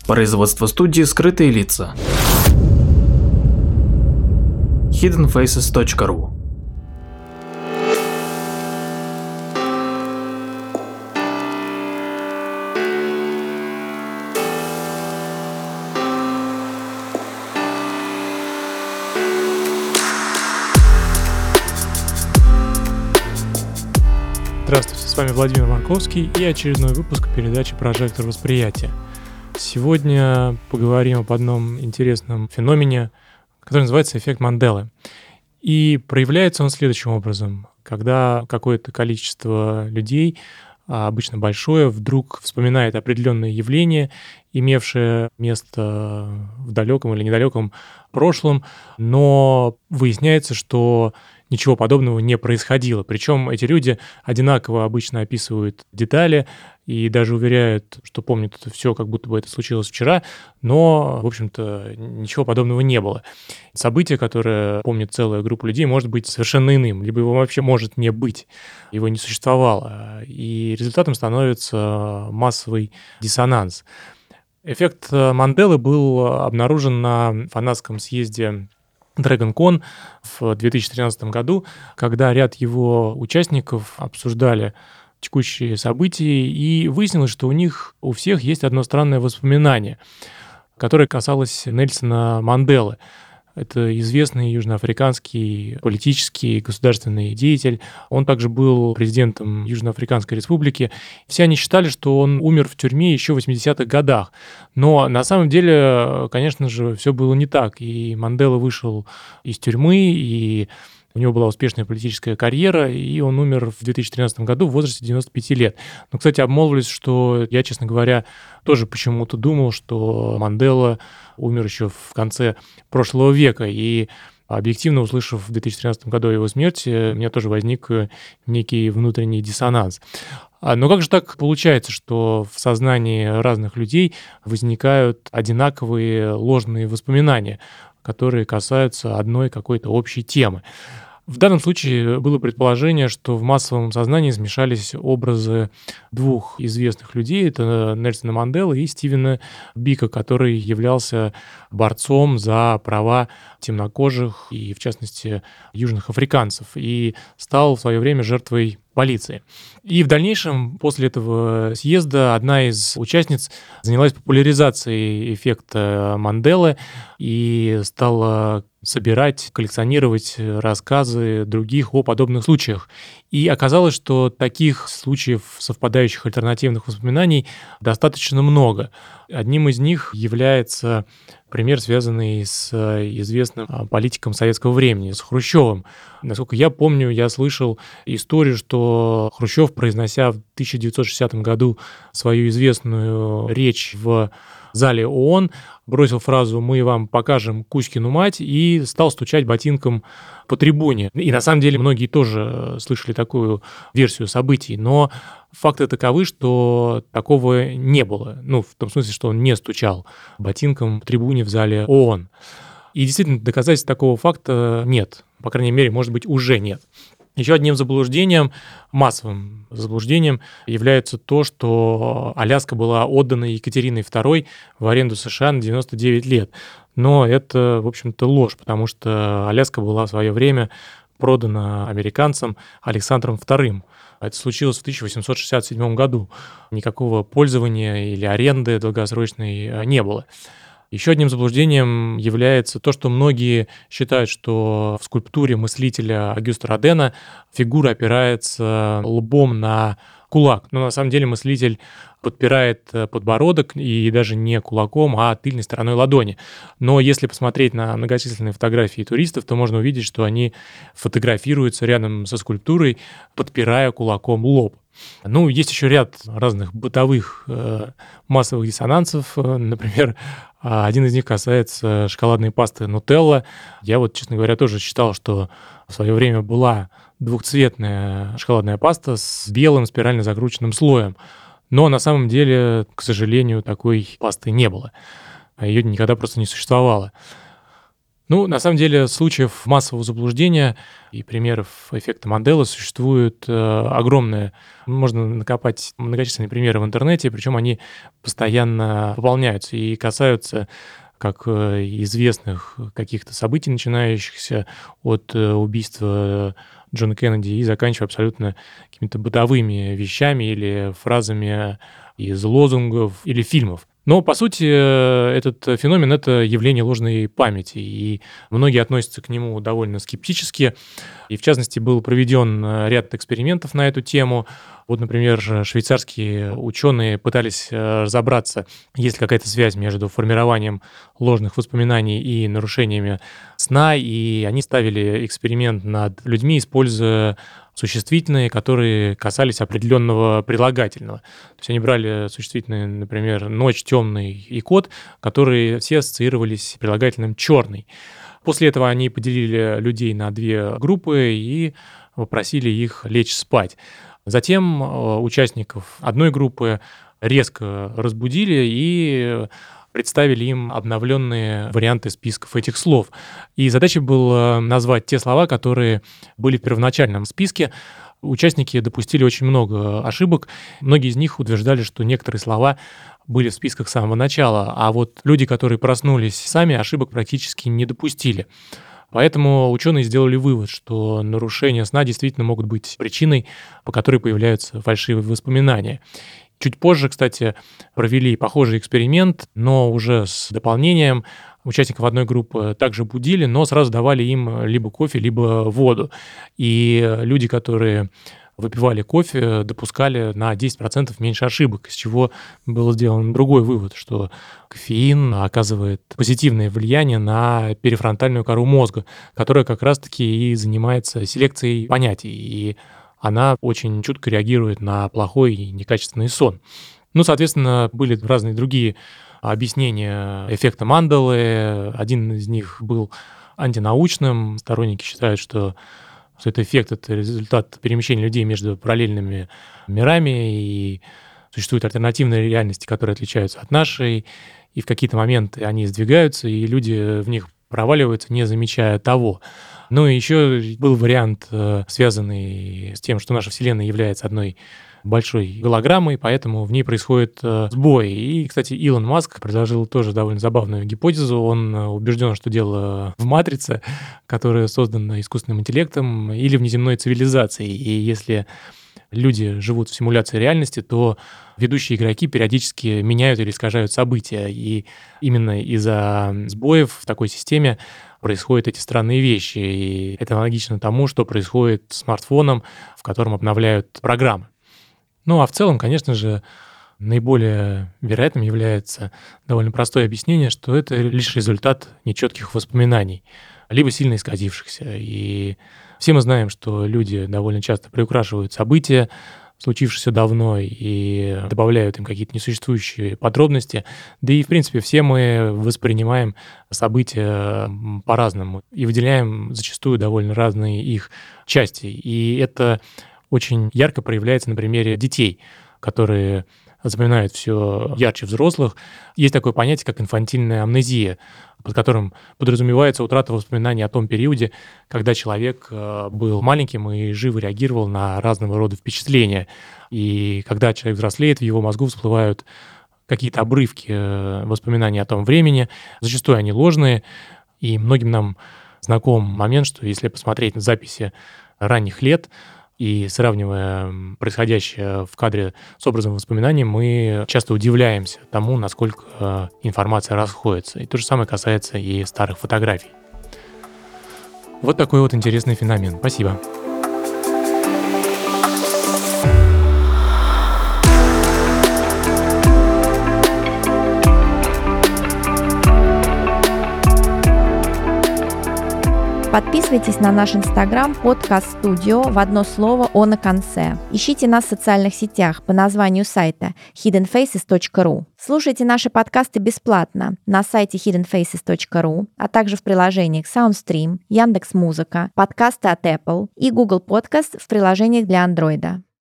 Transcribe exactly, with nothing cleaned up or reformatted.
Производство студии «Скрытые лица». хиден фейсес точка ру. Здравствуйте, с вами Владимир Марковский и очередной выпуск передачи «Прожектор восприятия». Сегодня поговорим об одном интересном феномене, который называется эффект Манделы. И проявляется он следующим образом. Когда какое-то количество людей, обычно большое, вдруг вспоминает определенное явление, имевшее место в далеком или недалеком прошлом, но выясняется, что ничего подобного не происходило. Причем эти люди одинаково обычно описывают детали и даже уверяют, что помнят это все, как будто бы это случилось вчера, но, в общем-то, ничего подобного не было. Событие, которое помнит целая группа людей, может быть совершенно иным, либо его вообще может не быть, его не существовало. И результатом становится массовый диссонанс. Эффект Манделы был обнаружен на фанатском съезде DragonCon в две тысячи тринадцатом году, когда ряд его участников обсуждали текущие события, и выяснилось, что у них у всех есть одно странное воспоминание, которое касалось Нельсона Манделы. Это известный южноафриканский политический государственный деятель. Он также был президентом Южноафриканской республики. Все они считали, что он умер в тюрьме еще в восьмидесятых годах. Но на самом деле, конечно же, все было не так. И Мандела вышел из тюрьмы, и у него была успешная политическая карьера, и он умер в две тысячи тринадцатом году в возрасте девяноста пяти лет. Но, кстати, обмолвились, что я, честно говоря, тоже почему-то думал, что Мандела умер еще в конце прошлого века, и объективно, услышав в две тысячи тринадцатом году о его смерти, у меня тоже возник некий внутренний диссонанс. Но как же так получается, что в сознании разных людей возникают одинаковые ложные воспоминания, которые касаются одной какой-то общей темы? В данном случае было предположение, что в массовом сознании смешались образы двух известных людей. Это Нельсона Манделы и Стивена Бика, который являлся борцом за права темнокожих и, в частности, южных африканцев, и стал в свое время жертвой полиции. И в дальнейшем, после этого съезда, одна из участниц занялась популяризацией эффекта Манделы и стала собирать, коллекционировать рассказы других о подобных случаях. И оказалось, что таких случаев совпадающих альтернативных воспоминаний достаточно много. Одним из них является пример, связанный с известным политиком советского времени, с Хрущевым. Насколько я помню, я слышал историю, что Хрущев, произнося в тысяча девятьсот шестидесятом году свою известную речь в зале ООН, бросил фразу «Мы вам покажем Кузькину мать» и стал стучать ботинком по трибуне. И на самом деле многие тоже слышали такую версию событий, но факты таковы, что такого не было. Ну, в том смысле, что он не стучал ботинком по трибуне в зале ООН. И действительно, доказательств такого факта нет. По крайней мере, может быть, уже нет. Еще одним заблуждением, массовым заблуждением, является то, что Аляска была отдана Екатериной второй в аренду США на девяносто девять лет. Но это, в общем-то, ложь, потому что Аляска была в свое время продана американцам Александром вторым. Это случилось в тысяча восемьсот шестьдесят седьмом году. Никакого пользования или аренды долгосрочной не было. Еще одним заблуждением является то, что многие считают, что в скульптуре мыслителя Огюста Родена фигура опирается лбом на кулак. Но на самом деле мыслитель подпирает подбородок и даже не кулаком, а тыльной стороной ладони. Но если посмотреть на многочисленные фотографии туристов, то можно увидеть, что они фотографируются рядом со скульптурой, подпирая кулаком лоб. Ну, есть еще ряд разных бытовых э, массовых диссонансов. Например, один из них касается шоколадной пасты Нутелла. Я вот, честно говоря, тоже считал, что в свое время была двухцветная шоколадная паста с белым спирально закрученным слоем. Но на самом деле, к сожалению, такой пасты не было. Ее никогда просто не существовало. Ну, на самом деле, случаев массового заблуждения и примеров эффекта Манделы существует э, огромное. Можно накопать многочисленные примеры в интернете, причем они постоянно пополняются и касаются как э, известных каких-то событий, начинающихся от э, убийства Джона Кеннеди и заканчивая абсолютно какими-то бытовыми вещами или фразами из лозунгов или фильмов. Но, по сути, этот феномен — это явление ложной памяти, и многие относятся к нему довольно скептически. И, в частности, был проведен ряд экспериментов на эту тему. Вот, например, швейцарские ученые пытались разобраться, есть ли какая-то связь между формированием ложных воспоминаний и нарушениями сна, и они ставили эксперимент над людьми, используя существительные, которые касались определенного прилагательного. То есть они брали существительные, например, «ночь», «темный» и «кот», которые все ассоциировались с прилагательным «черный». После этого они поделили людей на две группы и попросили их лечь спать. Затем участников одной группы резко разбудили и представили им обновленные варианты списков этих слов. И задача была назвать те слова, которые были в первоначальном списке. Участники допустили очень много ошибок. Многие из них утверждали, что некоторые слова были в списках с самого начала, а вот люди, которые проснулись сами, ошибок практически не допустили. Поэтому ученые сделали вывод, что нарушения сна действительно могут быть причиной, по которой появляются фальшивые воспоминания. Чуть позже, кстати, провели похожий эксперимент, но уже с дополнением. Участников одной группы также будили, но сразу давали им либо кофе, либо воду. И люди, которые выпивали кофе, допускали на десять процентов меньше ошибок, из чего был сделан другой вывод, что кофеин оказывает позитивное влияние на перифронтальную кору мозга, которая как раз-таки и занимается селекцией понятий, и она очень чутко реагирует на плохой и некачественный сон. Ну, соответственно, были разные другие объяснения эффекта Манделы. Один из них был антинаучным. Сторонники считают, что, что это эффект — это результат перемещения людей между параллельными мирами, и существуют альтернативные реальности, которые отличаются от нашей, и в какие-то моменты они сдвигаются, и люди в них проваливаются, не замечая того. Ну и еще был вариант, связанный с тем, что наша Вселенная является одной большой голограммой, поэтому в ней происходит сбой. И, кстати, Илон Маск предложил тоже довольно забавную гипотезу. Он убежден, что дело в матрице, которая создана искусственным интеллектом, или внеземной цивилизацией. И если люди живут в симуляции реальности, то ведущие игроки периодически меняют или искажают события. И именно из-за сбоев в такой системе происходят эти странные вещи. И это аналогично тому, что происходит с смартфоном, в котором обновляют программы. Ну а в целом, конечно же, наиболее вероятным является довольно простое объяснение, что это лишь результат нечетких воспоминаний, либо сильно исказившихся. И все мы знаем, что люди довольно часто приукрашивают события, случившиеся давно, и добавляют им какие-то несуществующие подробности. Да и, в принципе, все мы воспринимаем события по-разному и выделяем зачастую довольно разные их части. И это очень ярко проявляется на примере детей, которые запоминают все ярче взрослых. Есть такое понятие, как инфантильная амнезия, под которым подразумевается утрата воспоминаний о том периоде, когда человек был маленьким и живо реагировал на разного рода впечатления. И когда человек взрослеет, в его мозгу всплывают какие-то обрывки воспоминаний о том времени. Зачастую они ложные, и многим нам знаком момент, что если посмотреть на записи ранних лет, и сравнивая происходящее в кадре с образом воспоминаний, мы часто удивляемся тому, насколько информация расходится. И то же самое касается и старых фотографий. Вот такой вот интересный феномен. Спасибо. Подписывайтесь на наш инстаграм подкаст студио в одно слово «О» на конце. Ищите нас в социальных сетях по названию сайта хиден фейсес точка ру. Слушайте наши подкасты бесплатно на сайте хиден фейсес точка ру, а также в приложениях SoundStream, Яндекс.Музыка, подкасты от Apple и Google Podcast в приложениях для Android.